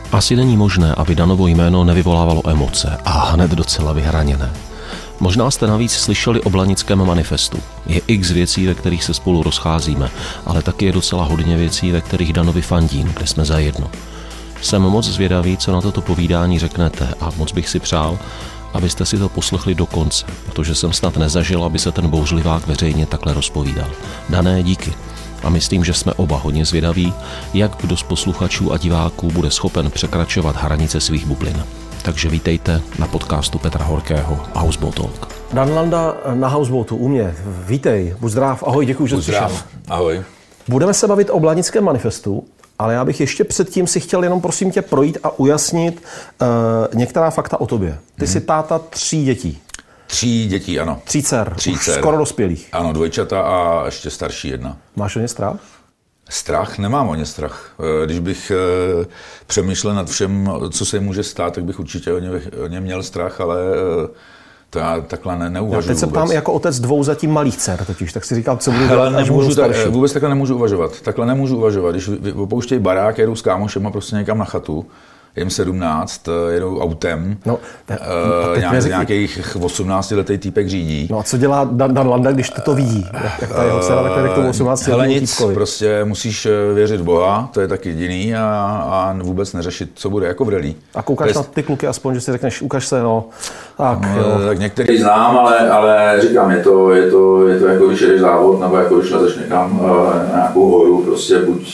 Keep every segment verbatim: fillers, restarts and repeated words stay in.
Asi není možné, aby Danovo jméno nevyvolávalo emoce a hned docela vyhraněné. Možná jste navíc slyšeli o Blanickém manifestu. Je x věcí, ve kterých se spolu rozcházíme, ale taky je docela hodně věcí, ve kterých Danovi fandím, kde jsme zajedno. Jsem moc zvědavý, co na toto povídání řeknete a moc bych si přál, abyste si to poslechli do konce, protože jsem snad nezažil, aby se ten bouřlivák veřejně takhle rozpovídal. Dané, díky. A myslím, že jsme oba hodně zvědaví, jak kdo z posluchačů a diváků bude schopen překračovat hranice svých bublin. Takže vítejte na podcastu Petra Horkého Houseboat Talk. Dan Landa na Houseboatu u mě. Vítej, buď zdrav, ahoj, děkuji, že jsi přišel. Ahoj. Budeme se bavit o Blanickém manifestu, ale já bych ještě předtím si chtěl jenom prosím tě projít a ujasnit uh, některá fakta o tobě. Ty hmm. jsi táta tří dětí. Tří dětí, ano. Tří dcer, Tří už dcer. Skoro dospělých. Ano, dvojčata a ještě starší jedna. Máš o ně strach? Strach? Nemám o ně strach. Když bych e, přemýšlel nad všem, co se může stát, tak bych určitě o ně, o ně měl strach, ale e, to já takhle ne, neuvažuji. Já teď se ptám jako otec dvou zatím malých dcer totiž, tak si říkám, co budu dělat, až budu starší. Vůbec takhle nemůžu uvažovat. Takhle nemůžu uvažovat. Když opouštějí barák, jedou s kámošema prostě někam na chatu, jim sedmnáct, jedou autem, no, uh, nějak, nějakých osmnáctiletý týpek řídí. No a co dělá Dan, Dan Landa, když to vidí? Jak ta jeho dcera takhle k tomu osmnáctiletému týpkovi? Prostě musíš věřit v Boha, to je tak jediný a, a vůbec neřešit, co bude jako v rally. A koukáš je... na ty kluky aspoň, že si řekneš, ukaž se, no. Tak, no, jo. Tak některý znám, ale, ale říkám, je to, je to, je to jako když jedeš závod, nebo jako když lezeš někam na nějakou horu, prostě buď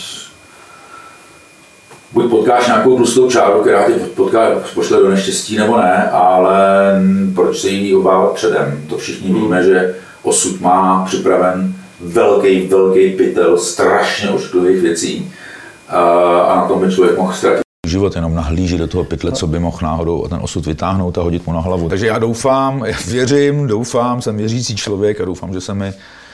Buď potkáš nějakou tlustou čáru, která tě potká, pošle do neštěstí, nebo ne, ale proč se jí obávat předem? To všichni víme, že osud má připraven velký, velký pytel strašně ošklivých věcí a na tom by člověk mohl ztratit život, jenom nahlíží do toho pytle, co by mohl náhodou ten osud vytáhnout a hodit mu na hlavu. Takže já doufám, já věřím, doufám, jsem věřící člověk a doufám, že se mi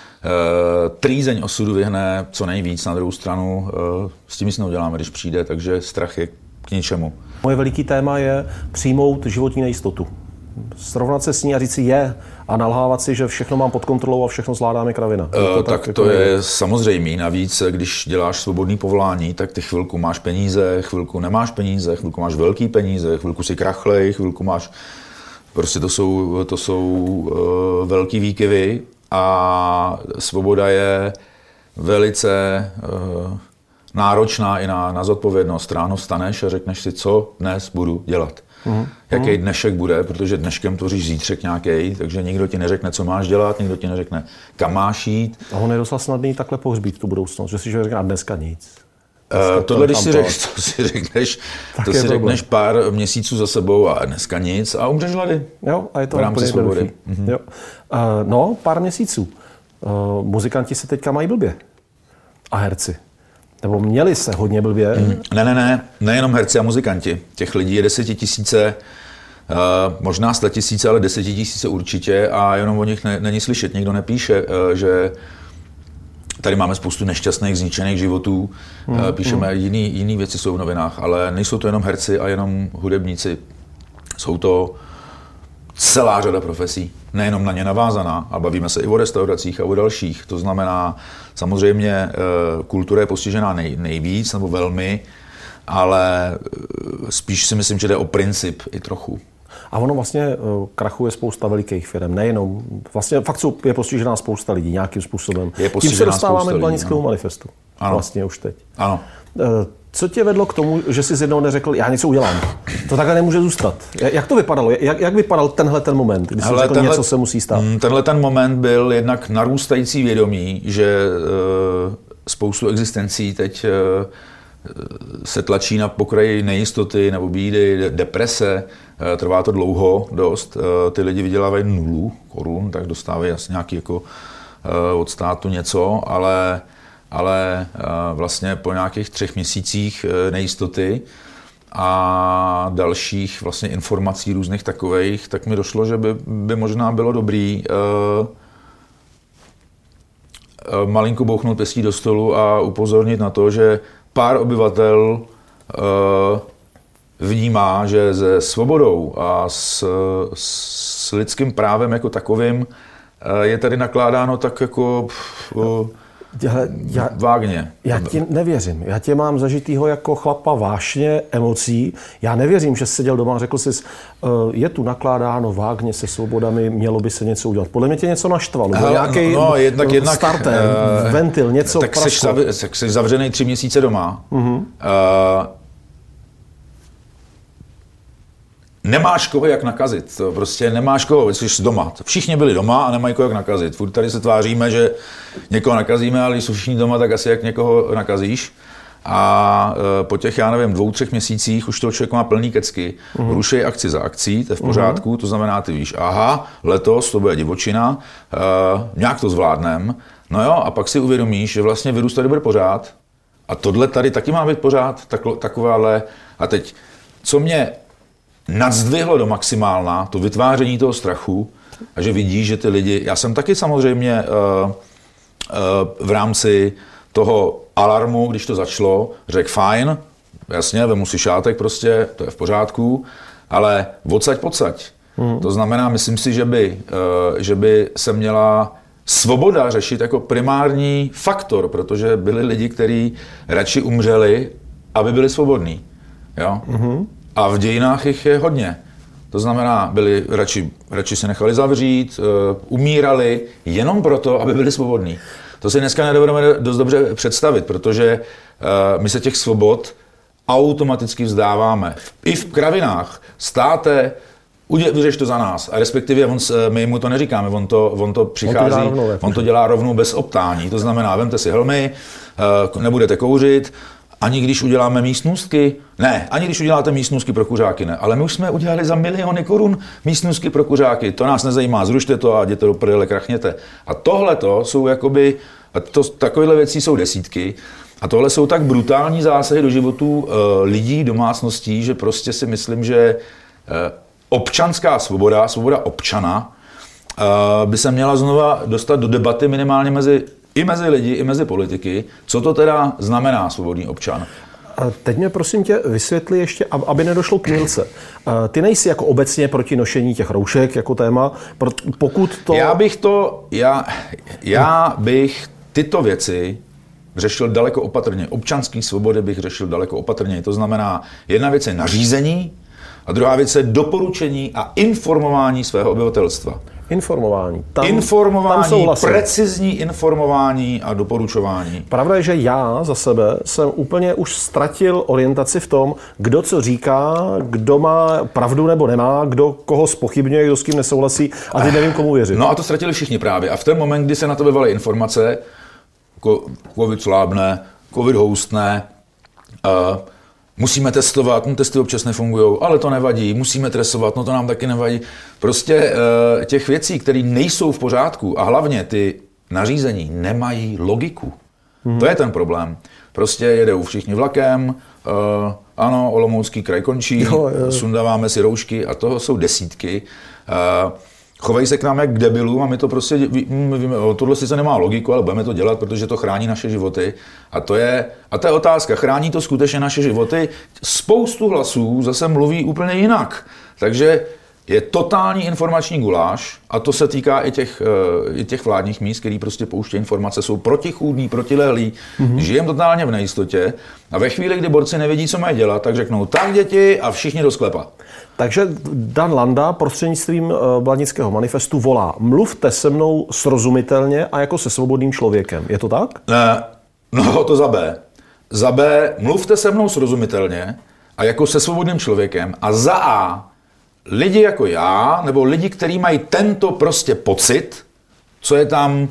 Uh, trýzeň osudu vyhne co nejvíc. Na druhou stranu uh, s tím nic neuděláme, když přijde, takže strach je k ničemu. Moje veliký téma je přijmout životní nejistotu. Srovnat se s ní a říct si je a nalhávat si, že všechno mám pod kontrolou a všechno zvládá mi kravina. Uh, to tak, tak to je, je samozřejmé. Navíc, když děláš svobodný povolání, tak ty chvilku máš peníze, chvilku nemáš peníze, chvilku máš velký peníze, chvilku si krachlej, chvilku máš... Prostě to jsou, to jsou uh, velký výkyvy. A svoboda je velice uh, náročná i na, na zodpovědnost. Ráno vstaneš a řekneš si, co dnes budu dělat. Mm. Jaký dnešek bude, protože dneškem tvoříš zítřek nějaký, takže nikdo ti neřekne, co máš dělat, nikdo ti neřekne, kam máš jít. A on je docela snadný takhle pohřbít tu budoucnost, že si že řekne, a dneska nic. Uh, tohle, když si, řek, to si řekneš, to si řekneš pár měsíců za sebou a dneska nic a umřeš hlady. Jo, a je to v rámci svobody. Mm-hmm. Jo. Uh, no, pár měsíců. Uh, muzikanti se teďka mají blbě. A herci. Nebo měli se hodně blbě. Mm. Ne, ne, ne. Nejenom herci a muzikanti. Těch lidí je desetitisíce, uh, možná sta tisíce, ale desetitisíce určitě a jenom o nich ne, není slyšet. Nikdo nepíše, uh, že tady máme spoustu nešťastných, zničených životů, mm, píšeme, mm. jiný, jiný věci jsou v novinách, ale nejsou to jenom herci a jenom hudebníci. Jsou to celá řada profesí, nejenom na ně navázaná, a bavíme se i o restauracích a o dalších. To znamená, samozřejmě kultura je postižená nej, nejvíc, nebo velmi, ale spíš si myslím, že jde o princip i trochu. A ono vlastně krachuje spousta velikých firm, nejenom, vlastně fakt je postižená spousta lidí nějakým způsobem. Tím se dostáváme k Blanickému manifestu. Ano. Vlastně už teď. Ano. Co tě vedlo k tomu, že jsi jednou neřekl, já něco udělám? To takhle nemůže zůstat. Jak to vypadalo? Jak, jak vypadal tenhle ten moment, kdy jsi Hele, řekl, tenhle, něco se musí stát? Tenhle ten moment byl jednak narůstající vědomí, že uh, spoustu existencí teď uh, se tlačí na pokraji nejistoty nebo bídy, deprese. Trvá to dlouho dost. Ty lidi vydělávají nulu korun, tak dostávají asi nějaký jako od státu něco, ale, ale vlastně po nějakých třech měsících nejistoty a dalších vlastně informací různých takových, tak mi došlo, že by, by možná bylo dobrý malinko bouchnout pěstí do stolu a upozornit na to, že pár obyvatel uh, vnímá, že se svobodou a s, s lidským právem jako takovým uh, je tady nakládáno tak jako... Uh, Hele, já, vágně. Já ti nevěřím. Já tě mám zažitýho jako chlapa vášně, emocí. Já nevěřím, že jsi seděl doma a řekl jsi, je tu nakládáno vágně se svobodami, mělo by se něco udělat. Podle mě tě něco naštvalo. Hele, nějaký no, no, jednak, jednak, starter, uh, ventil, něco tak seš, zav, tak jsi zavřený tři měsíce doma. Uh-huh. Uh, Nemáš koho jak nakazit, to prostě nemáš koho, jsi doma. Všichni byli doma a nemají koho jak nakazit. Furt tady se tváříme, že někoho nakazíme, ale když jsou všichni doma, tak asi jak někoho nakazíš. A po těch, já nevím, dvou, třech měsících už toho člověk má plný kecky. Uh-huh. Rušej akci za akcí, to je v pořádku, uh-huh. to znamená, ty víš, aha, letos to bude divočina, uh, nějak to zvládnem. No jo, a pak si uvědomíš, že vlastně virus tady bude pořád. A tohle tady taky má být pořád, taklo, takováhle. A teď, co mě nadzdvihlo do maximálna to vytváření toho strachu a že vidíš, že ty lidi, já jsem taky samozřejmě uh, uh, v rámci toho alarmu, když to začalo, řekl fajn, jasně, vemu si šátek prostě, to je v pořádku, ale odsaď pocať. Hmm. To znamená, myslím si, že by, uh, že by se měla svoboda řešit jako primární faktor, protože byli lidi, kteří radši umřeli, aby byli svobodní. Jo? Hmm. A v dějinách jich je hodně. To znamená, byli radši, radši se nechali zavřít, uh, umírali jenom proto, aby byli svobodní. To si dneska nedovedeme dost dobře představit, protože uh, my se těch svobod automaticky vzdáváme. I v kravinách. Státe, vyřeš to za nás. A respektive on, my mu to neříkáme, on to, on to přichází, on to, rovnou, on to dělá rovnou bez optání. To znamená, vemte si helmy, uh, nebudete kouřit, ani když uděláme místnostky, ne, ani když uděláte místnostky pro kuřáky, ne, ale my už jsme udělali za miliony korun místnostky pro kuřáky, to nás nezajímá, zrušte to a jděte do prdele, krachněte. A tohle to jsou jakoby, a to, takovéhle věci jsou desítky, a tohle jsou tak brutální zásahy do životů uh, lidí, domácností, že prostě si myslím, že uh, občanská svoboda, svoboda občana uh, by se měla znova dostat do debaty minimálně mezi i mezi lidi, i mezi politiky, co to teda znamená svobodný občan. A teď mě prosím tě vysvětli ještě, aby nedošlo k mýlce. Ty nejsi jako obecně proti nošení těch roušek jako téma, pokud to... Já bych to, já, já bych tyto věci řešil daleko opatrně. Občanský svobody bych řešil daleko opatrně. To znamená, jedna věc je nařízení a druhá věc je doporučení a informování svého obyvatelstva. Informování. Tam, informování, tam precizní informování a doporučování. Pravda je, že já za sebe jsem úplně už ztratil orientaci v tom, kdo co říká, kdo má pravdu nebo nemá, kdo koho zpochybňuje, kdo s kým nesouhlasí a teď nevím, komu věřit. No a to ztratili všichni právě. A v ten moment, kdy se na tebe valí informace, covid slábne, covid houstne, uh, musíme testovat, no testy občas nefungují, ale to nevadí, musíme tresovat, no to nám taky nevadí. Prostě uh, těch věcí, které nejsou v pořádku a hlavně ty nařízení nemají logiku. Hmm. To je ten problém. Prostě jedou všichni vlakem, uh, ano, Olomoucký kraj končí, jo, jo. Sundáváme si roušky a toho jsou desítky. Uh, chovají se k nám jak k debilům a my to prostě, my víme, tohle sice nemá logiku, ale budeme to dělat, protože to chrání naše životy. A to je, a to je otázka, chrání to skutečně naše životy? Spoustu hlasů zase mluví úplně jinak. Takže je totální informační guláš a to se týká i těch, i těch vládních míst, který prostě pouštějí informace, jsou protichůdní, protilehlí, mm-hmm. žijeme totálně v nejistotě a ve chvíli, kdy borci nevědí, co mají dělat, tak řeknou tak děti a všichni do sklepa. Takže Dan Landa prostřednictvím Blanického manifestu volá: mluvte se mnou srozumitelně a jako se svobodným člověkem. Je to tak? Ne, no to za B. Za B, mluvte se mnou srozumitelně a jako se svobodným člověkem a za A, lidi jako já, nebo lidi, kteří mají tento prostě pocit, co je tam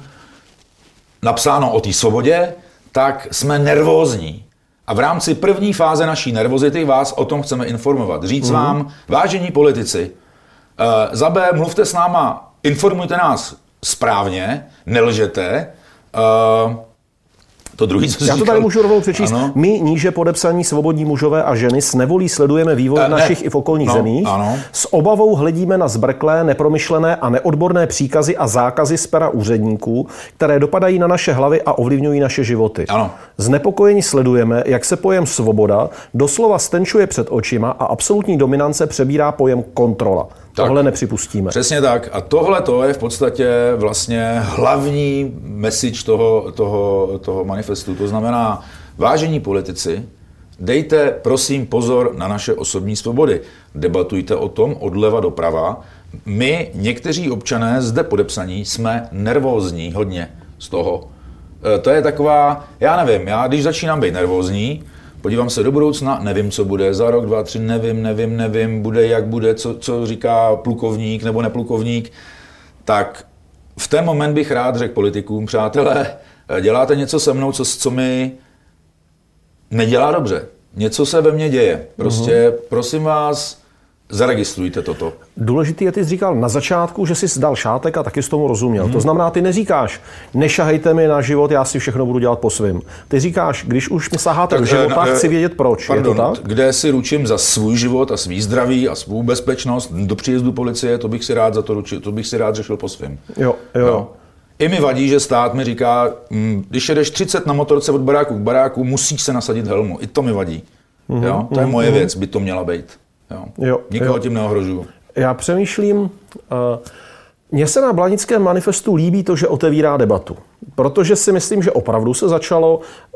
napsáno o té svobodě, tak jsme nervózní. A v rámci první fáze naší nervozity vás o tom chceme informovat. Říct mm. vám, vážení politici, uh, za B, mluvte s náma, informujte nás správně, nelžete. Uh, To druhý, co Já to tady můžu rovnou přečíst. Ano. My, níže podepsaní svobodní mužové a ženy, s nevolí sledujeme vývoj v našich ne. i v okolních no, zemích. Ano. S obavou hledíme na zbrklé, nepromyšlené a neodborné příkazy a zákazy z pera úředníků, které dopadají na naše hlavy a ovlivňují naše životy. Ano. Znepokojeni sledujeme, jak se pojem svoboda doslova stenčuje před očima a absolutní dominance přebírá pojem kontrola. Tohle nepřipustíme. Přesně tak. A tohle to je v podstatě vlastně hlavní message toho, toho, toho manifestu. To znamená, vážení politici, dejte prosím pozor na naše osobní svobody. Debatujte o tom odleva doprava. My, někteří občané zde podepsaní, jsme nervózní hodně z toho. To je taková, já nevím, já když začínám být nervózní, podívám se do budoucna, nevím, co bude, za rok, dva, tři, nevím, nevím, nevím, bude, jak bude, co, co říká plukovník nebo neplukovník, tak v ten moment bych rád řekl politikům, přátelé, děláte něco se mnou, co, co mi nedělá dobře. Něco se ve mně děje. Prostě, uhum. prosím vás, zaregistrujte toto. Důležitý je, ty jsi říkal na začátku, že jsi dal šátek a taky s tomu rozuměl. Hmm. To znamená, ty neříkáš, nešahejte mi na život, já si všechno budu dělat po svým. Ty říkáš, když už mi saháte do života, chci vědět proč. Pardon, je to tak? Kde si ručím za svůj život a svý zdraví a svou bezpečnost do příjezdu policie, to bych si rád za to ručil, to bych si rád řešil po svým. Jo, jo. jo. I mi vadí, že stát mi říká, když jedeš třicet na motorce od baráku k baráku, musíš se nasadit helmu. I to mi vadí. Mm-hmm, jo? To je moje mm-hmm. věc, by to měla být. Jo. Jo, Nikoho jo. tím neohrožuju. Já přemýšlím, uh, mně se na Blanickém manifestu líbí to, že otevírá debatu. Protože si myslím, že opravdu se začalo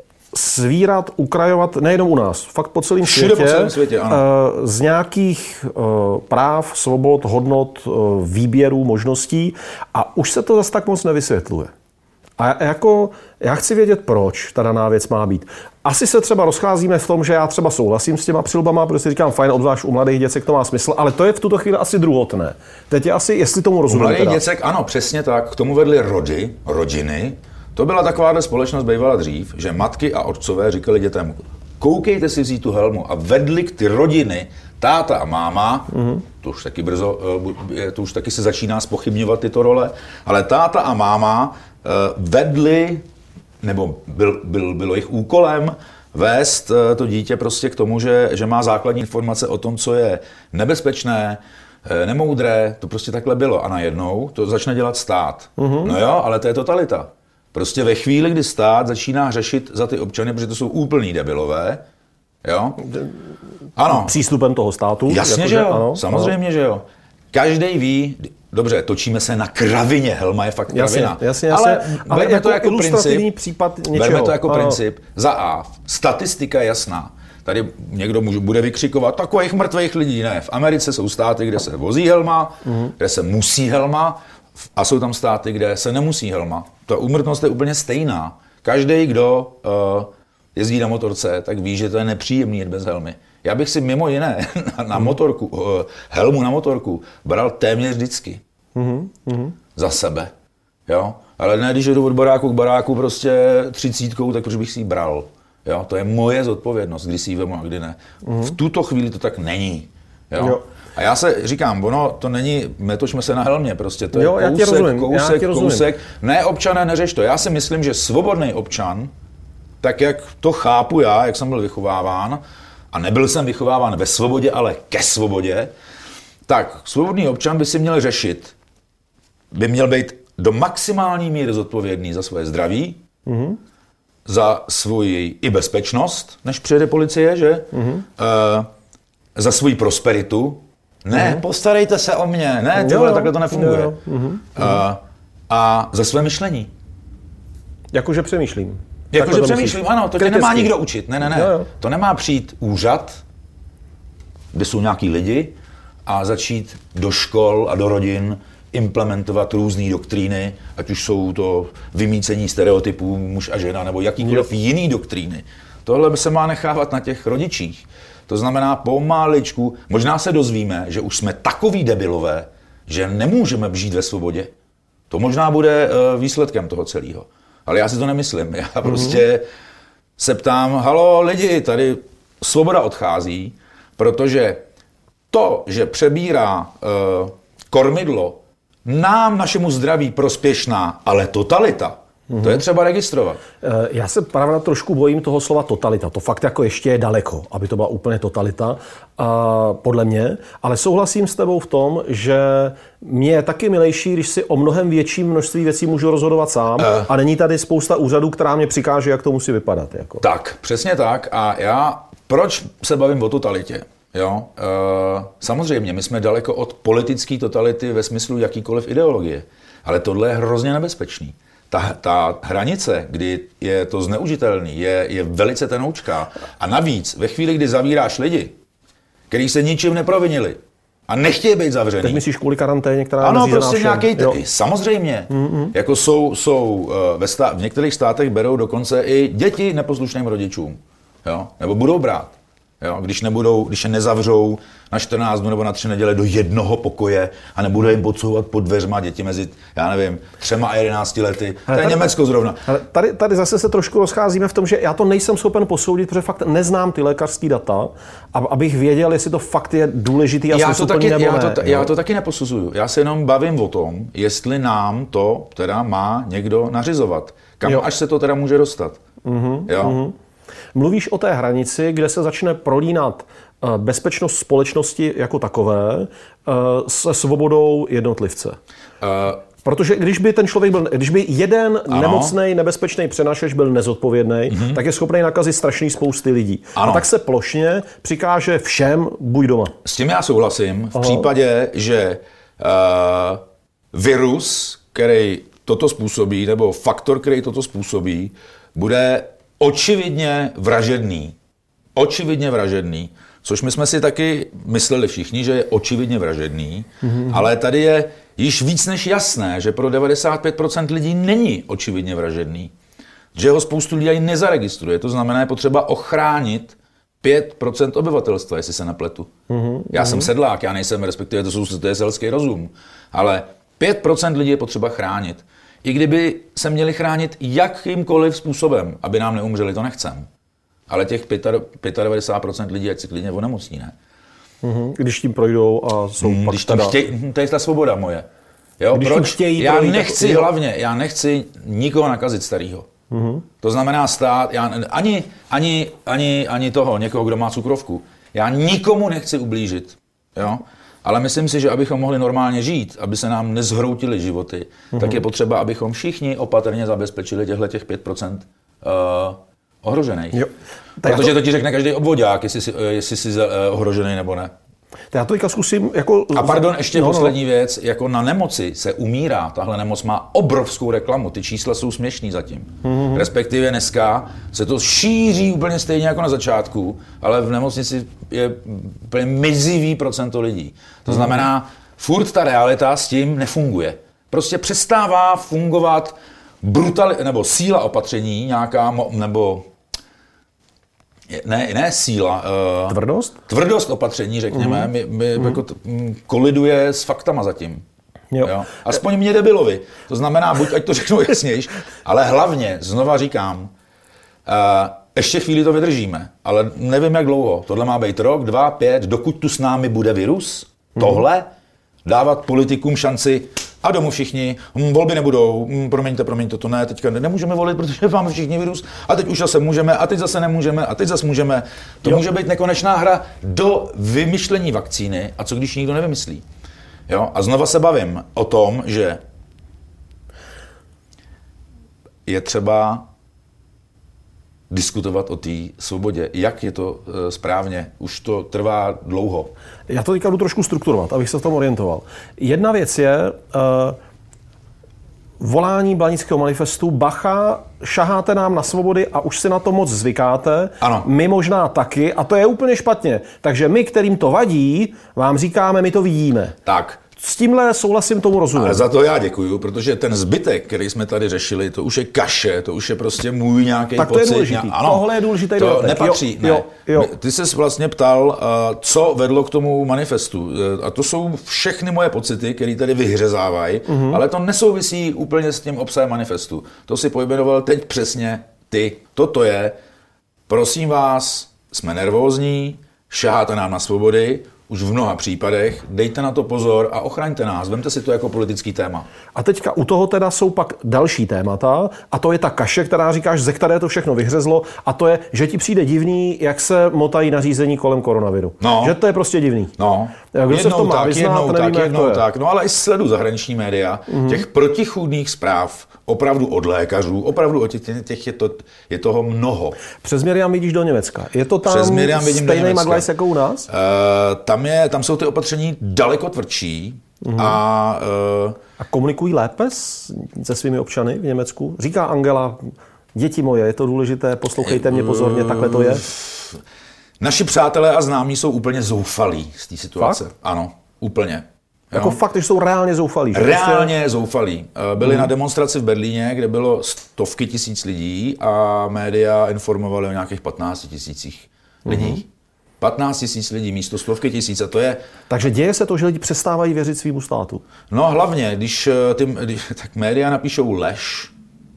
svírat, ukrajovat nejenom u nás, fakt po celém světě, po celém světě ano. Uh, z nějakých uh, práv, svobod, hodnot, uh, výběrů, možností a už se to zase tak moc nevysvětluje. A jako, já chci vědět, proč ta daná věc má být. Asi se třeba rozcházíme v tom, že já třeba souhlasím s těma přilbama, protože si říkám, fajn, obzvlášť u mladých děcek to má smysl, ale to je v tuto chvíli asi druhotné. Teď je asi, jestli tomu rozumím. U mladých děcek, ano, přesně tak. K tomu vedly rody, rodiny. To byla takováhle společnost bývala dřív, že matky a otcové říkali dětem, koukejte si vzít tu helmu a vedli k ty rodiny, táta a máma, mm-hmm. to už taky brzo, to už taky se začíná zpochybňovat tyto role, ale táta a máma vedli, nebo byl, byl, bylo jejich úkolem vést to dítě prostě k tomu, že, že má základní informace o tom, co je nebezpečné, nemoudré, to prostě takhle bylo. A najednou to začne dělat stát. Mm-hmm. No jo, ale to je totalita. Prostě ve chvíli, kdy stát začíná řešit za ty občany, protože to jsou úplný debilové, jo? Ano. Přístupem toho státu. Jasně, jako, že jo. Ano, samozřejmě, ano. že jo. Každý ví, dobře, točíme se na kravině, helma je fakt kravina. Jasně, jasně, jasně. Ale, ale jako to jako ilustrativní případ něčeho. Berme to jako ano. princip. Za A, statistika je jasná. Tady někdo může, bude vykřikovat, takových mrtvých lidí ne. V Americe jsou státy, kde se vozí helma, mm. kde se musí helma, a jsou tam státy, kde se nemusí helma. Ta úmrtnost je úplně stejná. Každý, kdo uh, jezdí na motorce, tak ví, že to je nepříjemný jet bez helmy. Já bych si mimo jiné na, na motorku, uh, helmu na motorku bral téměř vždycky. Mm-hmm. Za sebe. Jo? Ale ne, když jdu od baráku k baráku prostě třicítkou, tak proč bych si ji bral. Jo? To je moje zodpovědnost, kdy si ji vemu a kdy ne. Mm-hmm. V tuto chvíli to tak není. Jo? Jo. A já se říkám, ono to není, netočme se na helmě, prostě to je jo, kousek, rozumím, kousek, kousek. Ne, občané, neřeš to. Já si myslím, že svobodný občan, tak jak to chápu já, jak jsem byl vychováván, a nebyl jsem vychováván ve svobodě, ale ke svobodě, tak svobodný občan by si měl řešit, by měl být do maximální míry zodpovědný za svoje zdraví, mm-hmm. za svoji i bezpečnost, než přijede policie, že? Mm-hmm. E, za svoji prosperitu. Ne, mm-hmm. postarejte se o mě. Ne, tohle takhle to nefunguje. Jo, jo. Mm-hmm. A, a za své myšlení. Jakože přemýšlím. Jakože přemýšlím, musíš. Ano, to tě nemá nikdo učit. Ne, ne, ne. Jo, jo. To nemá přijít úřad, kde jsou nějaký lidi, a začít do škol a do rodin implementovat různé doktríny, ať už jsou to vymýcení stereotypů muž a žena, nebo jakýkoliv jo. jiný doktríny. Tohle se má nechávat na těch rodičích. To znamená pomaličku, možná se dozvíme, že už jsme takový debilové, že nemůžeme žít ve svobodě. To možná bude výsledkem toho celého. Ale já si to nemyslím. Já prostě mm-hmm. se ptám, halo lidi, tady svoboda odchází, protože to, že přebírá uh, kormidlo, nám, našemu zdraví prospěšná, ale totalita, mm-hmm. to je třeba registrovat. Já se pravda trošku bojím toho slova totalita. To fakt jako ještě je daleko, aby to byla úplně totalita, a podle mě. Ale souhlasím s tebou v tom, že mě je taky milejší, když si o mnohem větší množství věcí můžu rozhodovat sám uh. a není tady spousta úřadů, která mě přikáže, jak to musí vypadat. Jako. Tak, přesně tak. A já proč se bavím o totalitě? Jo? E, samozřejmě, my jsme daleko od politické totality ve smyslu jakýkoliv ideologie, ale tohle je hrozně nebezpečný. Ta, ta hranice, kdy je to zneužitelný, je, je velice tenoučká. A navíc, ve chvíli, kdy zavíráš lidi, kteří se ničím neprovinili a nechtějí být zavřený. Teď myslíš kvůli karanténě, která ano, nařízená prostě všem. nějaký, t- samozřejmě. Mm-hmm. Jako jsou, jsou ve stá- v některých státech berou dokonce i děti neposlušným rodičům. Jo? Nebo budou brát. Jo? Když, nebudou, když je nezavřou na čtrnáct dnů nebo na tři neděle do jednoho pokoje a nebudou jim podsouvat pod dveřma děti mezi, já nevím, třema a jedenácti lety. To je tady, Německo zrovna. Ale tady, tady zase se trošku rozcházíme v tom, že já to nejsem schopen posoudit, protože fakt neznám ty lékařský data, abych věděl, jestli to fakt je důležitý a smysluplný nebo já ne. To, já to taky neposuzuju. Já se jenom bavím o tom, jestli nám to teda má někdo nařizovat. Kam jo. až se to teda může dostat. Mm-hmm, jo? Mm-hmm. Mluvíš o té hranici, kde se začne prolínat bezpečnost společnosti jako takové se svobodou jednotlivce. Uh, Protože když by ten člověk byl, když by jeden ano. nemocnej, nebezpečný přenašeč byl nezodpovědný, mm-hmm. tak je schopný nakazit strašný spousty lidí. Ano. A tak se plošně přikáže všem, buď doma. S tím já souhlasím. V Aha. případě, že uh, virus, který toto způsobí, nebo faktor, který toto způsobí, bude očividně vražedný. Očividně vražedný. Což my jsme si taky mysleli všichni, že je očividně vražedný, mm-hmm. ale tady je již víc než jasné, že pro devadesát pět procent lidí není očividně vražedný. Že ho spoustu lidí nezaregistruje. To znamená, je potřeba ochránit pět procent obyvatelstva, jestli se nepletu. Mm-hmm. Já mm-hmm. jsem sedlák, já nejsem, respektive to, jsou, to je selský rozum. Ale pět procent lidí je potřeba chránit. I kdyby se měli chránit jakýmkoliv způsobem, aby nám neumřeli, to nechcem. Ale těch devadesát pět procent lidí, ať si klidně onemocní, ne? Mm-hmm. Když tím projdou a jsou mm, pak když teda... Chtěj, to je ta svoboda moje. Jo, když proč? Chtějí já projít, nechci tak... hlavně, já nechci nikoho nakazit starýho. Mm-hmm. To znamená stát, já, ani, ani, ani, ani toho, někoho, kdo má cukrovku. Já nikomu nechci ublížit. Jo? Ale myslím si, že abychom mohli normálně žít, aby se nám nezhroutily životy, mm-hmm. tak je potřeba, abychom všichni opatrně zabezpečili těchto těch pět procent uh, ohrožených. Jo. Protože to... to ti řekne každý obvodák, jestli jsi, jestli jsi ohrožený nebo ne. Já to teďka zkusím jako... A pardon, ještě no, poslední no. věc, jako na nemoci se umírá, tahle nemoc má obrovskou reklamu, ty čísla jsou směšný zatím. Mm-hmm. Respektive dneska se to šíří úplně stejně jako na začátku, ale v nemocnici je úplně mizivý procento lidí. To mm-hmm. znamená, furt ta realita s tím nefunguje. Prostě přestává fungovat brutali, nebo síla opatření nějaká, nebo... Ne, ne síla. Uh, tvrdost? Tvrdost opatření, řekněme, mm. mi, mi mm. jako t, m, koliduje s faktama zatím. Jo. Jo. Aspoň mě debilovi. To znamená, buď ať to řeknu jasnějš, ale hlavně, znova říkám, uh, ještě chvíli to vydržíme, ale nevím jak dlouho. Tohle má být rok, dva, pět, dokud tu s námi bude virus, mm. tohle, dávat politikům šanci a domů všichni, hm, volby nebudou, hm, promiňte, promiňte, to ne, teďka nemůžeme volit, protože máme všichni virus, a teď už zase můžeme, a teď zase nemůžeme, a teď zase můžeme. To jo. může být nekonečná hra do vymyšlení vakcíny, a co když nikdo nevymyslí. Jo? A znova se bavím o tom, že je třeba diskutovat o té svobodě. Jak je to e, správně? Už to trvá dlouho. Já to teďka jdu trošku strukturovat, abych se v tom orientoval. Jedna věc je e, volání Blanického manifestu. Bacha, šaháte nám na svobody a už si na to moc zvykáte. Ano. My možná taky a to je úplně špatně. Takže my, kterým to vadí, vám říkáme, my to vidíme. Tak. S tímhle souhlasím, tomu rozumím. Ale za to já děkuju, protože ten zbytek, který jsme tady řešili, to už je kaše, to už je prostě můj nějaký tak pocit. Tak to je důležitý. Ano, tohle je důležitý to dodatek. nepatří. Jo, ne. jo, jo. Ty ses vlastně ptal, co vedlo k tomu manifestu. A to jsou všechny moje pocity, které tady vyhřezávají, mm-hmm. ale to nesouvisí úplně s tím obsahem manifestu. To si pojmenoval teď přesně ty. Toto je, prosím vás, jsme nervózní, šaháte nám na svobody, už v mnoha případech, dejte na to pozor a ochraňte nás, vemte si to jako politický téma. A teďka u toho teda jsou pak další témata a to je ta kaše, která říkáš, ze které to všechno vyhřezlo a to je, že ti přijde divný, jak se motají nařízení kolem koronaviru. No. Že to je prostě divný. No. Kdo jednou se v tom má tak, vyznat, jednou nevíme, tak, jednou to tak. No ale i sledu zahraniční média, mm-hmm. těch protichůdných zpráv, opravdu od lékařů, opravdu od těch, těch je, to, je toho mnoho. Přes Miriam vidíš do Německa. Je to tam stejný maglajs jako u nás? Uh, tam, je, tam jsou ty opatření daleko tvrdší. Mm-hmm. A, uh, a komunikují lépe s, se svými občany v Německu? Říká Angela, děti moje, je to důležité, poslouchejte mě pozorně, takhle to je? Naši přátelé a známí jsou úplně zoufalí z té situace. Fakt? Ano, úplně. Jako jo? Fakt, že jsou reálně zoufalí. Že reálně prostě... zoufalí. Byli hmm. na demonstraci v Berlíně, kde bylo stovky tisíc lidí a média informovali o nějakých patnácti tisících lidí. Hmm. patnáct tisíc lidí místo stovky tisíc a to je... Takže děje se to, že lidi přestávají věřit svýmu státu? No hlavně, když, ty, když tak média napíšou lež,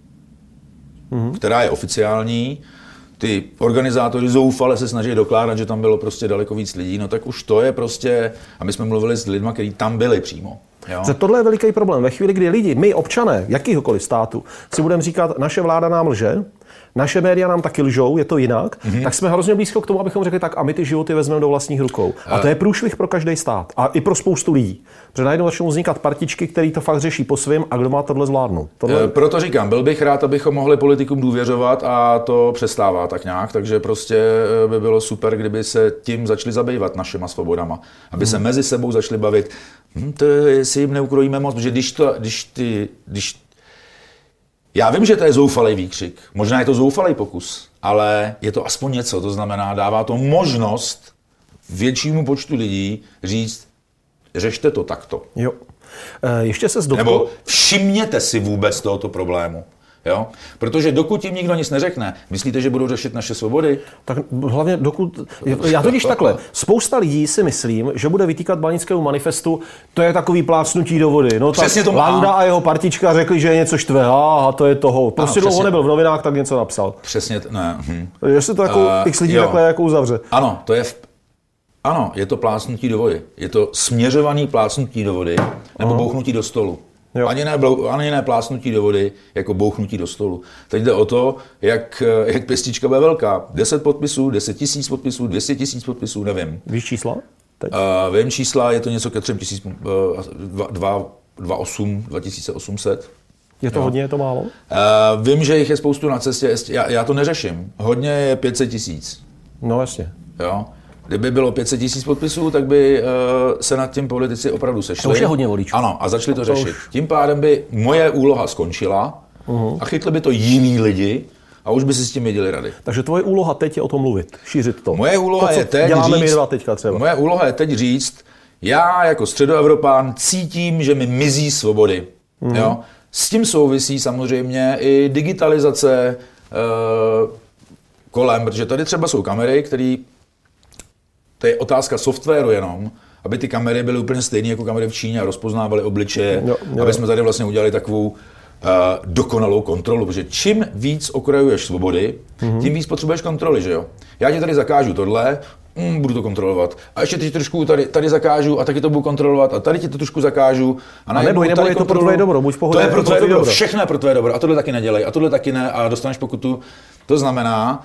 hmm. která je oficiální, ty organizátory zoufale se snaží dokládat, že tam bylo prostě daleko víc lidí, no tak už to je prostě, a my jsme mluvili s lidmi, kteří tam byli přímo. Jo? Tohle je veliký problém. Ve chvíli, kdy lidi, my občané jakýhokoliv státu, si budeme říkat, naše vláda nám lže, naše média nám taky lžou, je to jinak, mm-hmm. tak jsme hrozně blízko k tomu, abychom řekli tak a my ty životy vezmeme do vlastních rukou. A to je průšvih pro každý stát a i pro spoustu lidí. Protože najednou začnou vznikat partičky, který to fakt řeší po svém a kdo má tohle zvládnout. Tohle... E, proto říkám, byl bych rád, abychom mohli politikům důvěřovat a to přestává tak nějak, takže prostě by bylo super, kdyby se tím začali zabývat našima svobodama. Aby hmm. se mezi sebou začali bavit, hm, to si jim neukrojíme moc, protože když to, když ty, když já vím, že to je zoufalý výkřik, možná je to zoufalý pokus, ale je to aspoň něco, to znamená, dává to možnost většímu počtu lidí říct, řešte to takto. Jo. E, ještě se zdokl... Nebo všimněte si vůbec tohoto problému. Jo? Protože dokud jim nikdo nic neřekne, myslíte, že budou řešit naše svobody? Tak hlavně dokud... Já totiž takhle. Spousta lidí si myslím, že bude vytýkat Blanickému manifestu, to je takový plácnutí do vody. No tak Landa a jeho partička řekli, že je něco štve. Aha, to je toho. Prostě dlouho nebyl v novinách, tak něco napsal. Přesně, ne. Hm. Jestli to jako uh, x lidí jo. takhle jako uzavře. Ano, to je... V... Ano, je to plácnutí do vody. Je to směřovaný plácnutí do vody nebo uh-huh. bouchnutí do stolu. Ani ne, ani ne plásnutí do vody, jako bouchnutí do stolu. Teď jde o to, jak, jak pěstička bude velká. deset podpisů, deset tisíc podpisů, dvě stě tisíc podpisů, nevím. Víš čísla? Teď? Uh, vím čísla, je to něco ke třem tisíc, dva tisíce osm set. Je to jo. hodně, je to málo? Uh, vím, že jich je spoustu na cestě, já, já to neřeším. Hodně je pět set tisíc. No jasně. Jo. Kdyby bylo pět set tisíc podpisů, tak by uh, se nad tím politici opravdu sešli. To už je hodně voličů. Ano, a začali to, to řešit. Už... Tím pádem by moje úloha skončila uh-huh. a chytli by to jiní lidi a už by si s tím věděli rady. Takže tvoje úloha teď je o tom mluvit, šířit to. Moje úloha to, je teď děláme říct, my dva teďka třeba. Moje úloha je teď říct, já jako středoevropán cítím, že mi mizí svobody. Uh-huh. Jo? S tím souvisí samozřejmě i digitalizace uh, kolem, protože tady třeba jsou kamery, které to je otázka softwaru jenom, aby ty kamery byly úplně stejné jako kamery v Číně a rozpoznávaly obličeje, jo, jo. aby jsme tady vlastně udělali takovou uh, dokonalou kontrolu, protože čím víc okrajuješ svobody, mm-hmm. tím víc potřebuješ kontroly, že jo? Já ti tady zakážu tohle, mm, budu to kontrolovat, a ještě ti trošku tady, tady zakážu a taky to budu kontrolovat a tady ti to trošku zakážu. A, a nebo, nebo je to pro tvoje dobro, buď pohodě. To je pro tvoje dobro, dobro, všechno je pro tvoje dobro a tohle taky nedělej a tohle taky ne a dostaneš pokutu. To znamená,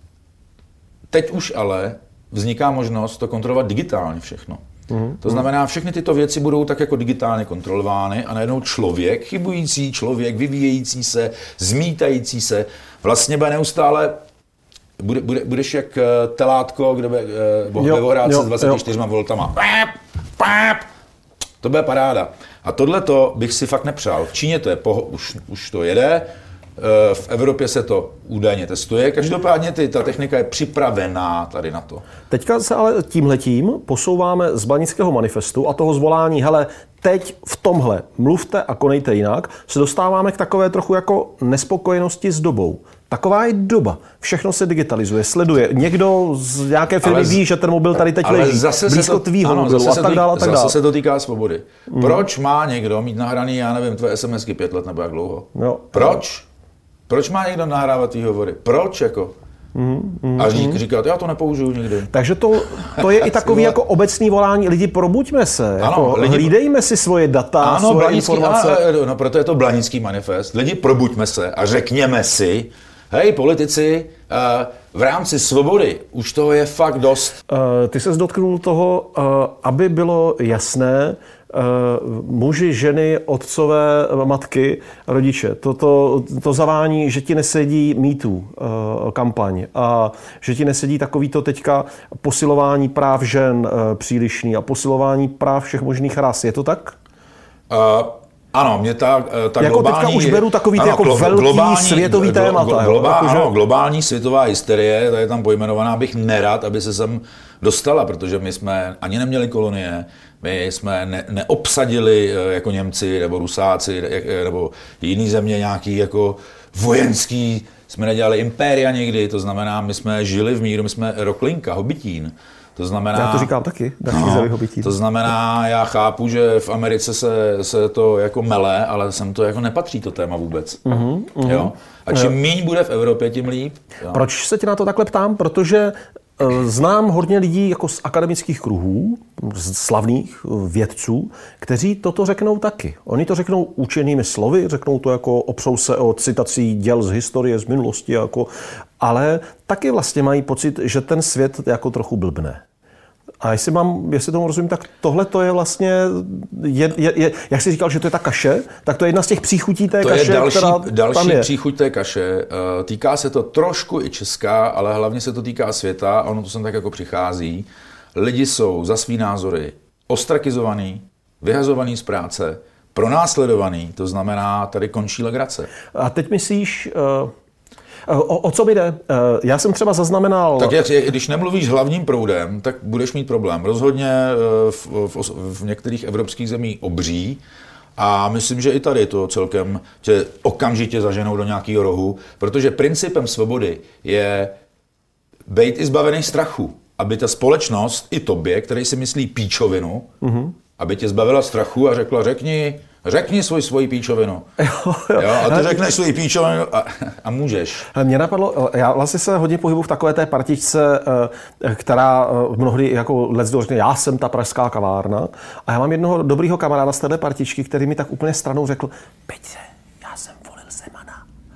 teď už ale vzniká možnost to kontrolovat digitálně všechno. Mm-hmm. To znamená, všechny tyto věci budou tak jako digitálně kontrolovány a najednou člověk, chybující člověk, vyvíjející se, zmítající se, vlastně bude neustále, bude, bude, budeš jak telátko, kde bude ve vohráce s dvaceti čtyřmi voltama. Páp, páp. To bude paráda. A tohleto bych si fakt nepřál. V Číně to je, poho- už, už to jede, v Evropě se to údajně testuje. Každopádně ty, ta technika je připravená tady na to. Teďka se ale tímhletím posouváme z Blanického manifestu a toho zvolání, hele, teď v tomhle mluvte a konejte jinak, se dostáváme k takové trochu jako nespokojenosti s dobou. Taková je doba. Všechno se digitalizuje, sleduje. Někdo z nějaké firmy ví, že ten mobil tady teď leží, blízko tvýho mobilu a tak dále, a tak dále. Zase se to týká svobody. Mm. Proč má někdo mít nahraný, já nevím, tvoje SMSky pět let nebo jak dlouho? Jo. Proč? Proč má někdo nahrávat ty hovory? Proč jako? Mm, mm, a řík, říkat, já to nepoužiju nikdy. Takže to, to je i takový jako obecný volání, lidi, probuďme se, ano, jako, lidi, hlídejme si svoje data, ano, svoje blanický, informace. Ano, no proto je to Blanický manifest. Lidi, probuďme se a řekněme si, hej, politici, v rámci svobody už toho je fakt dost. Ty ses dotknul toho, aby bylo jasné, muži, ženy, otcové, matky, rodiče. To, to, to zavání, že ti nesedí mýtů kampaň a že ti nesedí takovýto teďka posilování práv žen přílišný a posilování práv všech možných ras. Je to tak? Uh... Ano, mě ta, ta jako globální... teďka už beru takový ano, jako glo, velký globální, světový glo, témata. Glo, globál, jako, ano, globální světová hysterie, ta je tam pojmenovaná, bych nerad, aby se sem dostala, protože my jsme ani neměli kolonie, my jsme ne, neobsadili jako Němci nebo Rusáci nebo jiný země nějaký jako vojenský, jsme nedělali impéria nikdy, to znamená, my jsme žili v míru, my jsme roklinka, hobitín. To znamená, já to říkám taky, no, to znamená, já chápu, že v Americe se, se to jako mele, ale sem to jako nepatří to téma vůbec. Uh-huh, uh-huh. Jo? A čím míň bude v Evropě, tím líp. Jo? Proč se tě na to takhle ptám? Protože znám hodně lidí jako z akademických kruhů, z slavných vědců, kteří toto řeknou taky. Oni to řeknou učenými slovy, řeknou to jako opřou se o citací děl z historie, z minulosti, jako, ale taky vlastně mají pocit, že ten svět jako trochu blbne. A jestli, mám, jestli tomu rozumím, tak tohle to je vlastně, je, je, je, jak jsi říkal, že to je ta kaše, tak to je jedna z těch příchutí té to kaše, je další, která další tam je. příchuť té kaše. Týká se to trošku i Česka, ale hlavně se to týká světa, ono to sem tak jako přichází. Lidi jsou za svý názory ostrakizovaný, vyhazovaný z práce, pronásledovaný, to znamená, tady končí legrace. A teď myslíš... Uh... O, o co mi jde? Já jsem třeba zaznamenal... Tak jak, když nemluvíš hlavním proudem, tak budeš mít problém. Rozhodně v, v, v některých evropských zemích obří a myslím, že i tady to celkem tě okamžitě zaženou do nějakého rohu, protože principem svobody je být i zbavený strachu, aby ta společnost, i tobě, který si myslí píčovinu, mm-hmm. aby tě zbavila strachu a řekla, řekni, Řekni svůj svoji píčovinu. Jo, jo. Jo, a ty řekneš svůj píčovinu a, a můžeš. Mně napadlo, já vlastně se hodně pohybuji v takové té partičce, která mnohdy jako leckdo řekne, já jsem ta pražská kavárna. A já mám jednoho dobrýho kamaráda z téhle partičky, který mi tak úplně stranou řekl, Petře, já jsem volil Zemana.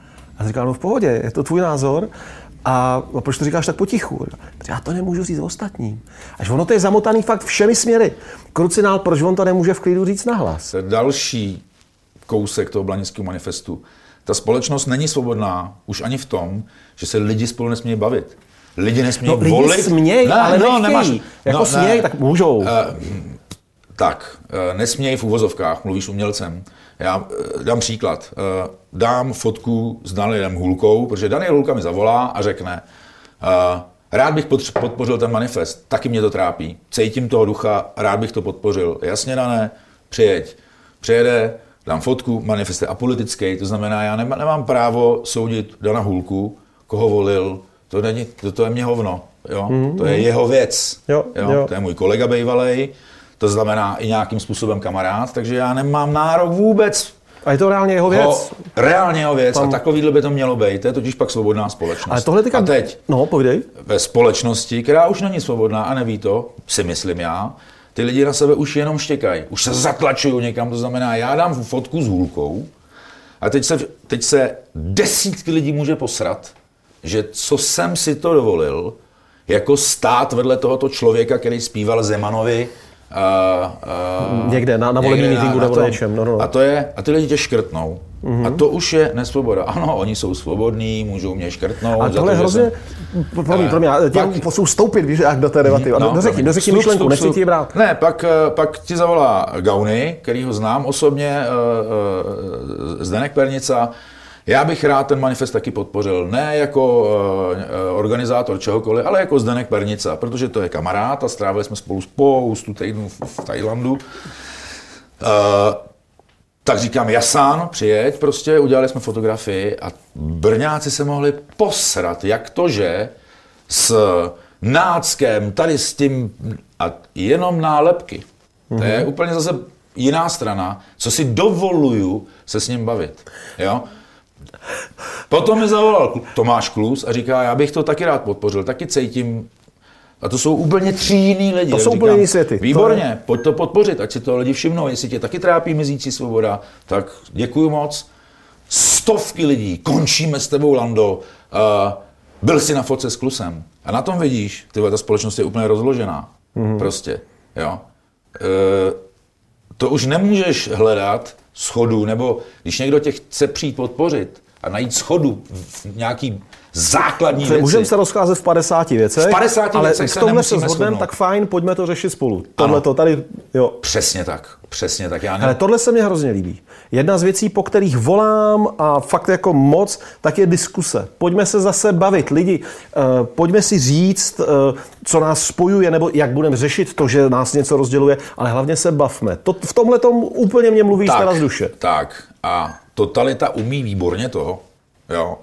A říkal, no v pohodě, je to tvůj názor. A proč to říkáš tak potichu? Já to nemůžu říct ostatním. Až ono to je zamotaný fakt všemi směry. Krucinál, proč on to nemůže v klidu říct nahlas? Další kousek toho Blanického manifestu. Ta společnost není svobodná už ani v tom, že se lidi spolu nesmějí bavit. Lidi nesmějí no, volit. Lidi smějí, ne, ale no, nechtějí. Nemáš, jako no, smějí, ne, tak můžou. Uh, tak, uh, nesmějí v uvozovkách, mluvíš umělcem. Já uh, dám příklad. Uh, dám fotku s Danielem Hůlkou, protože Daniel Hůlka mi zavolá a řekne, uh, rád bych podpořil ten manifest, taky mě to trápí. Cítím toho ducha, rád bych to podpořil. Jasně, Dané, přijeď. Přijede, dám fotku, manifest je apolitický, to znamená, já nemám, nemám právo soudit Dana Hůlku, koho volil, to, není, to, to je mě hovno, jo? Mm-hmm. To je jeho věc, jo, jo? Jo. To je můj kolega bejvalej, to znamená i nějakým způsobem kamarád, takže já nemám nárok vůbec. A je to reálně jeho věc? Ho, reálně jeho věc Tam... a takovýhle by to mělo být, to je totiž pak svobodná společnost. Ale tohle teďka... A teď, no, povídej. Ve společnosti, která už není svobodná a neví to, si myslím já, ty lidi na sebe už jenom štěkají, už se zatlačují někam, to znamená, já dám fotku s Hůlkou a teď se, teď se desítky lidí může posrat, že co jsem si to dovolil, jako stát vedle tohoto člověka, který zpíval Zemanovi, Uh, uh, někde, na, na volební mítinku nebo na něčem. No, no. A, to je, a ty lidi tě škrtnou. Mm-hmm. A to už je nesvoboda. Ano, oni jsou svobodní, můžou mě škrtnout. A tohle hrozně, jsem... promiň, promiň, já tě musím vstoupit, víš, jak do té debaty. No, dořekni, dořekni myšlenku, nechci ti brát. Ne, pak, pak ti zavolá Gauny, který ho znám osobně, uh, uh, Zdeněk Pernica. Já bych rád ten manifest taky podpořil, ne jako uh, organizátor čehokoliv, ale jako Zdeněk Pernica, protože to je kamarád a strávili jsme spolu spoustu týdnů v, v Tajlandu. Uh, tak říkám, Jasán, přijeď, prostě udělali jsme fotografii a Brňáci se mohli posrat, jak to, že s náckem, tady s tím a jenom nálepky. Mm-hmm. To je úplně zase jiná strana, co si dovoluju se s ním bavit. Jo? Potom mi zavolal Tomáš Klus a říká, já bych to taky rád podpořil, taky cítím. A to jsou úplně tři jiný lidi. To jsou úplně jiný světy. Výborně, to pojď to podpořit, ať si to lidi všimnou, jestli tě taky trápí mizící svoboda, tak děkuju moc. Stovky lidí, končíme s tebou, Lando, uh, byl jsi na fotce s klusem. A na tom vidíš, tyhle, ta společnost je úplně rozložená. Mm-hmm. Prostě, jo. Uh, to už nemůžeš hledat schodu, nebo když někdo tě chce přijít podpořit a najít schodu v nějaký základní věci. Můžeme se rozcházet v padesáti věcech, v padesáti ale věcech v tomhle se shodneme, tak fajn, pojďme to řešit spolu. Tohle to tady, jo. Přesně tak, přesně tak. Já ne... Ale tohle se mi hrozně líbí. Jedna z věcí, po kterých volám a fakt jako moc, tak je diskuse. Pojďme se zase bavit. Lidi, uh, pojďme si říct, uh, co nás spojuje, nebo jak budeme řešit to, že nás něco rozděluje, ale hlavně se bavme. To, v tomhle tom úplně mě mluví z duše. Tak a totalita umí výborně to, jo,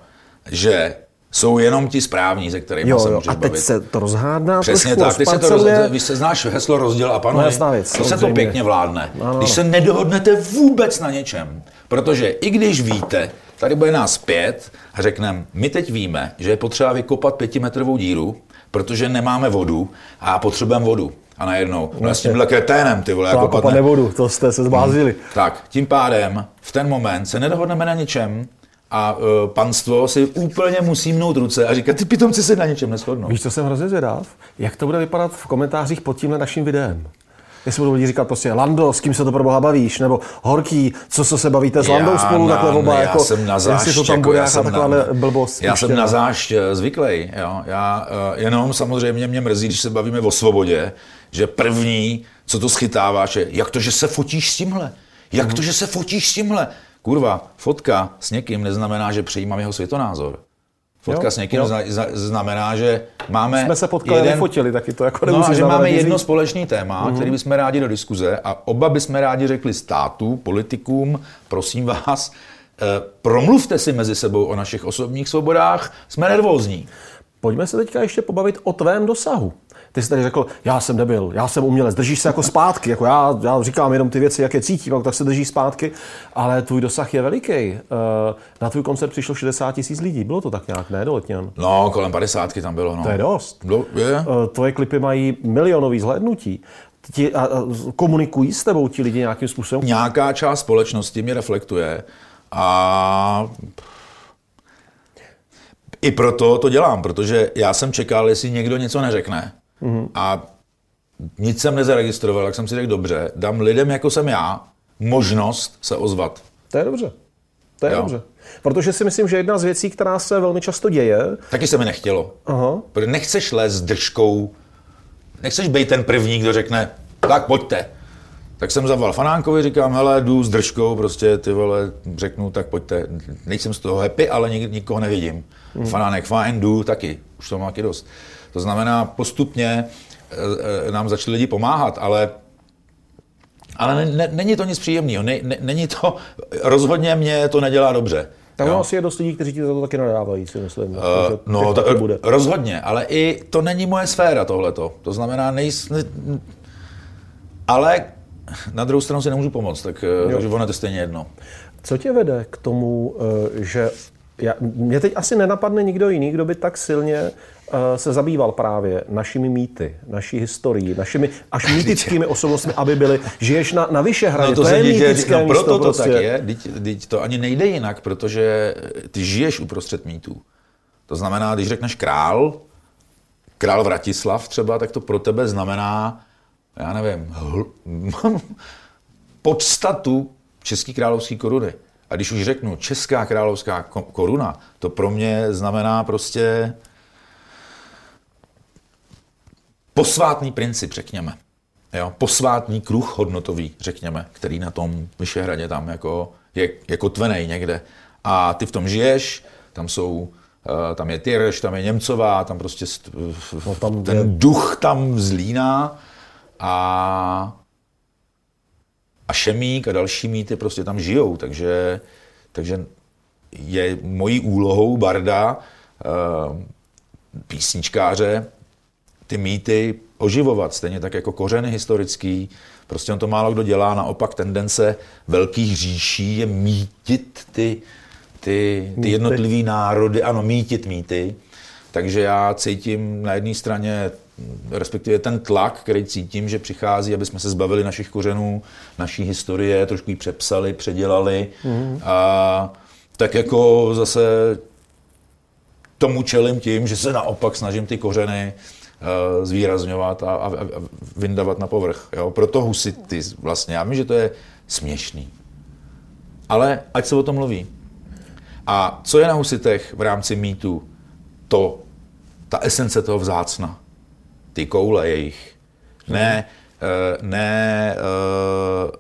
že jsou jenom ti správní, se kterými jo, se můžeš bavit. A teď bavit. Se to rozhádná. Přesně tak, ty se to rozhádá, vy se znáš heslo rozděl a panuj, no, věc, to se to pěkně vládne. No, no. Když se nedohodnete vůbec na něčem, protože i když víte, tady bude nás pět a řekneme, my teď víme, že je potřeba vykopat pětimetrovou díru, protože nemáme vodu a potřebujeme vodu. A najednou, no s tímhle kreténem, ty vole, to jako kopat nebudu, to jste se zbázili. Hmm. Tak, tím pádem v ten moment se nedohodneme na něčem, a uh, panstvo si úplně musí mnout ruce a říkat, ty pitomci se na něčem neshodnou. Víš, co jsem hrozně zvědav? Jak to bude vypadat v komentářích pod tímhle naším videem? Jestli budou lidi říkat prostě, Lando, s kým se to pro boha bavíš? Nebo Horký, co, co se bavíte s Landou spolu, takhle oba, já jako, jsem na zášť, jestli to tam bude nějaká taková blbost. Já jsem na zášť zvyklý, jo. Já uh, jenom samozřejmě mě mrzí, když se bavíme o svobodě, že první, co to schytáváš, je, jak to, že se fotíš s tímhle? Jak to, že se fotíš s tímhle? Kurva, fotka s někým neznamená, že přijímám jeho světonázor. Fotka jo, s někým jo. znamená, že máme jsme se potkali jeden... a nefotili, taky to jako no, že máme jedno společné téma, mm-hmm. který bychom rádi do diskuze a oba bychom rádi řekli státu, politikům, prosím vás, eh, promluvte si mezi sebou o našich osobních svobodách, jsme nervózní. Pojďme se teďka ještě pobavit o tvém dosahu. Ty jsi tady řekl, já jsem debil, já jsem umělec, držíš se jako zpátky, jako já, já říkám jenom ty věci, jak je cítím, tak se držíš zpátky, ale tvůj dosah je veliký. Na tvůj koncert přišlo šedesát tisíc lidí, bylo to tak nějak, ne, do Letňan? No, kolem padesátky tam bylo, no. To je dost. Do, je. Tvoje klipy mají milionový zhlédnutí. Ti, a, a, komunikují s tebou ti lidi nějakým způsobem? Nějaká část společnosti mě reflektuje a... I proto to dělám, protože já jsem čekal, jestli někdo něco neřekne. Mm-hmm. A nic jsem nezaregistroval, tak jsem si řekl, dobře, dám lidem, jako jsem já, možnost se ozvat. To je dobře. To je jo. dobře. Protože si myslím, že jedna z věcí, která se velmi často děje... Taky se mi nechtělo. Aha. Protože nechceš lézt s držkou, nechceš být ten první, kdo řekne, tak pojďte. Tak jsem zavolal Fanánkovi, říkám, hele, jdu s držkou, prostě ty vole, řeknu, tak pojďte. Nejsem z toho happy, ale nik- nikoho nevidím. Hmm. Fanánek, fajn, jdu taky, už to má taky dost. To znamená, postupně e, e, nám začali lidi pomáhat, ale, ale ne, ne, není to nic příjemného, ne, ne, není to, rozhodně mě to nedělá dobře. Tam asi je dost lidí, kteří ti za to taky nadávají, si myslím. Uh, no, to, bude. Rozhodně, ale i to není moje sféra tohleto. To znamená, nejs, ne, ale na druhou stranu si nemůžu pomoct, tak, takže ono je to stejně jedno. Co tě vede k tomu, že já, mě teď asi nenapadne nikdo jiný, kdo by tak silně uh, se zabýval právě našimi mýty, naší historií, našimi až mýtickými osobnostmi, aby byly, žiješ na, na Vyšehradě, no to, to je mýtické no proto místo. To prostě. tak je, teď, teď to ani nejde jinak, protože ty žiješ uprostřed mýtů. To znamená, když řekneš král, král Vratislav třeba, tak to pro tebe znamená, já nevím, hl... podstatu české královské koruny. A když už řeknu česká královská koruna, to pro mě znamená prostě posvátný princip, řekněme. Jo? Posvátný kruh hodnotový, řekněme, který na tom Vyšehradě tam jako je, je kotvenej někde. A ty v tom žiješ, tam jsou, tam je Tyrš, tam je Němcová, tam prostě no, tam ten je... duch tam zlíná a A Šemík a další mýty prostě tam žijou, takže, takže je mojí úlohou barda, písničkáře, ty mýty oživovat, stejně tak jako kořeny historický. Prostě on to málo kdo dělá, naopak tendence velkých říší je mýtit ty, ty, ty jednotlivý národy, ano, mýtit mýty. Takže já cítím na jedné straně, respektive ten tlak, který cítím, že přichází, aby jsme se zbavili našich kořenů, naší historie, trošku ji přepsali, předělali. Mm. A tak jako zase tomu čelím tím, že se naopak snažím ty kořeny uh, zvýrazňovat a, a, a vyndavat na povrch. Jo? Proto husity vlastně. Já vím, že to je směšný. Ale ať se o tom mluví. A co je na husitech v rámci mýtu? To, ta esence toho vzácna. Ty koule jejich. Ne, uh, ne, uh,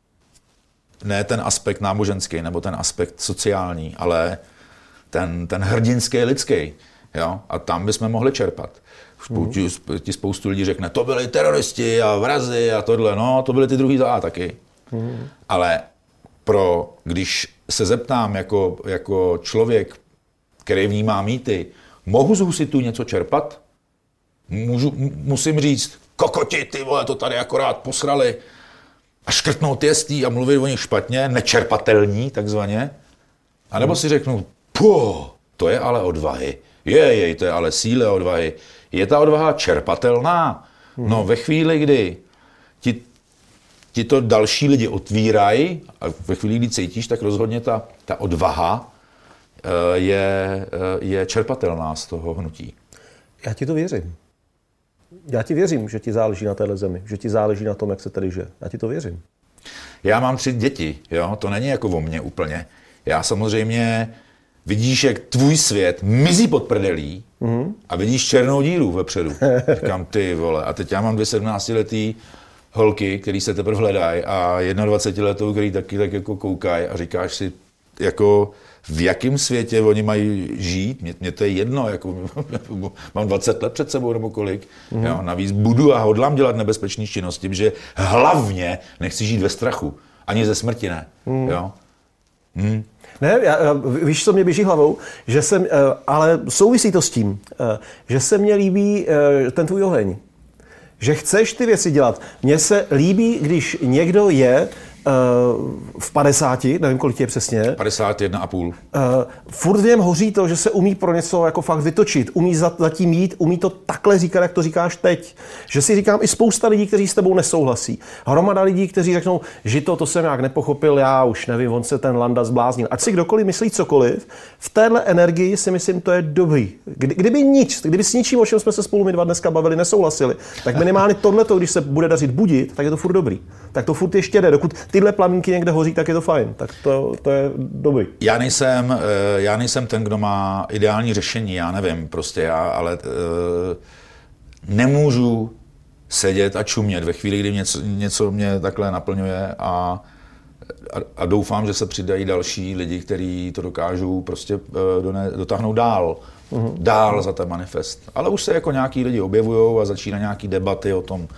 ne ten aspekt náboženský nebo ten aspekt sociální, ale ten, ten hrdinský, lidský. Jo? A tam bychom mohli čerpat. Mm. Ti spoustu lidí řekne, to byli teroristi a vrazi a tohle, no, to byly ty druhý A taky. Mm. Ale pro, když se zeptám jako, jako člověk, který vnímá mýty, mohu z husitů něco čerpat? Můžu, musím říct, kokoti, ty vole, to tady akorát posrali a škrtnout jestí a mluvit o nich špatně, nečerpatelní takzvaně. A nebo si řeknu, puh, to je ale odvahy. Je, je, to je ale síly a odvahy. Je ta odvaha čerpatelná? No ve chvíli, kdy ti, ti to další lidi otvírají a ve chvíli, kdy cítíš, tak rozhodně ta, ta odvaha je, je čerpatelná z toho hnutí. Já ti to věřím. Já ti věřím, že ti záleží na téhle zemi, že ti záleží na tom, jak se tady žije. Já ti to věřím. Já mám tři děti, jo? To není jako o mně úplně. Já samozřejmě vidíš, jak tvůj svět mizí pod prdelí mm. a vidíš černou díru vepředu. Říkám, ty vole. A teď já mám dvě sedmnáctiletý holky, který se teprve hledají a jednadvacetiletou, který taky tak jako koukají a říkáš si, jako v jakém světě oni mají žít, mě, mě to je jedno, jako, mám dvacet let před sebou nebo kolik, mm. jo, navíc budu a hodlám dělat nebezpečné činnosti, protože hlavně nechci žít ve strachu, ani ze smrti ne, mm. jo. Mm. Ne, já, víš, co mě běží hlavou, že jsem, ale souvisí to s tím, že se mně líbí ten tvůj oheň, že chceš ty věci dělat. Mně se líbí, když někdo je v padesáti, nevím, kolik je přesně. padesát jedna a půl. Uh, furt v něm hoří to, že se umí pro něco jako fakt vytočit, umí za, zatím jít, umí to takhle říkat, jak to říkáš teď. Že si říkám i spousta lidí, kteří s tebou nesouhlasí. Hromada lidí, kteří řeknou, že to, to jsem nějak nepochopil, já už nevím, on se ten Landa zbláznil. Ať si kdokoliv myslí cokoliv, v téhle energii si myslím, to je dobrý. Kdy, kdyby nic, kdyby s ničím, o čem jsme se spolu my dva dneska bavili, nesouhlasili, tak minimálně tohleto, když se bude dařit budit, tak je to furt dobrý. Tak to furt ještě jde. Dokud tyhle plamínky někde hoří, tak je to fajn. Tak to, to je dobrý. Já nejsem, já nejsem ten, kdo má ideální řešení, já nevím, prostě já, ale uh, nemůžu sedět a čumět ve chvíli, kdy něco, něco mě takhle naplňuje a, a, a doufám, že se přidají další lidi, kteří to dokážou prostě uh, done, dotáhnout dál. Uh-huh. Dál za ten manifest. Ale už se jako nějaký lidi objevujou a začíná nějaký debaty o tom,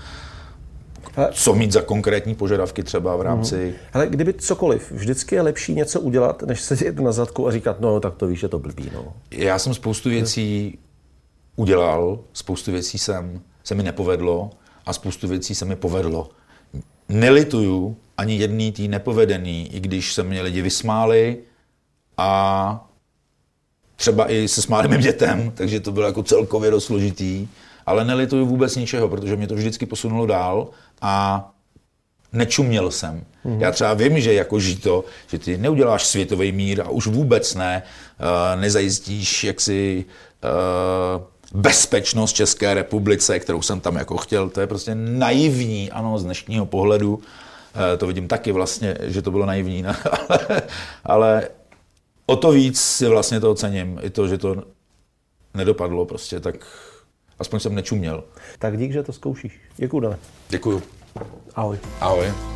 co mít za konkrétní požadavky třeba v rámci... Ale kdyby cokoliv, vždycky je lepší něco udělat, než sedět na zadku a říkat, no tak to víš, je to blbý, no. Já jsem spoustu věcí udělal, spoustu věcí jsem, se mi nepovedlo a spoustu věcí se mi povedlo. Nelituju ani jedný tý nepovedený, i když se mě lidi vysmáli a třeba i se smáli mým dětem, takže to bylo jako celkově dost složitý. Ale nelituju vůbec ničeho, protože mě to vždycky posunulo dál a nečuměl jsem. Mm-hmm. Já třeba vím, že jako žito, že ty neuděláš světový mír a už vůbec ne, uh, nezajistíš jaksi uh, bezpečnost České republice, kterou jsem tam jako chtěl. To je prostě naivní, ano, z dnešního pohledu. Uh, to vidím taky vlastně, že to bylo naivní, ale, ale o to víc si vlastně to ocením. I to, že to nedopadlo prostě, tak aspoň jsem nečuměl. Tak dík, že to zkoušíš. Děkuju, Dane. Děkuju. Ahoj. Ahoj.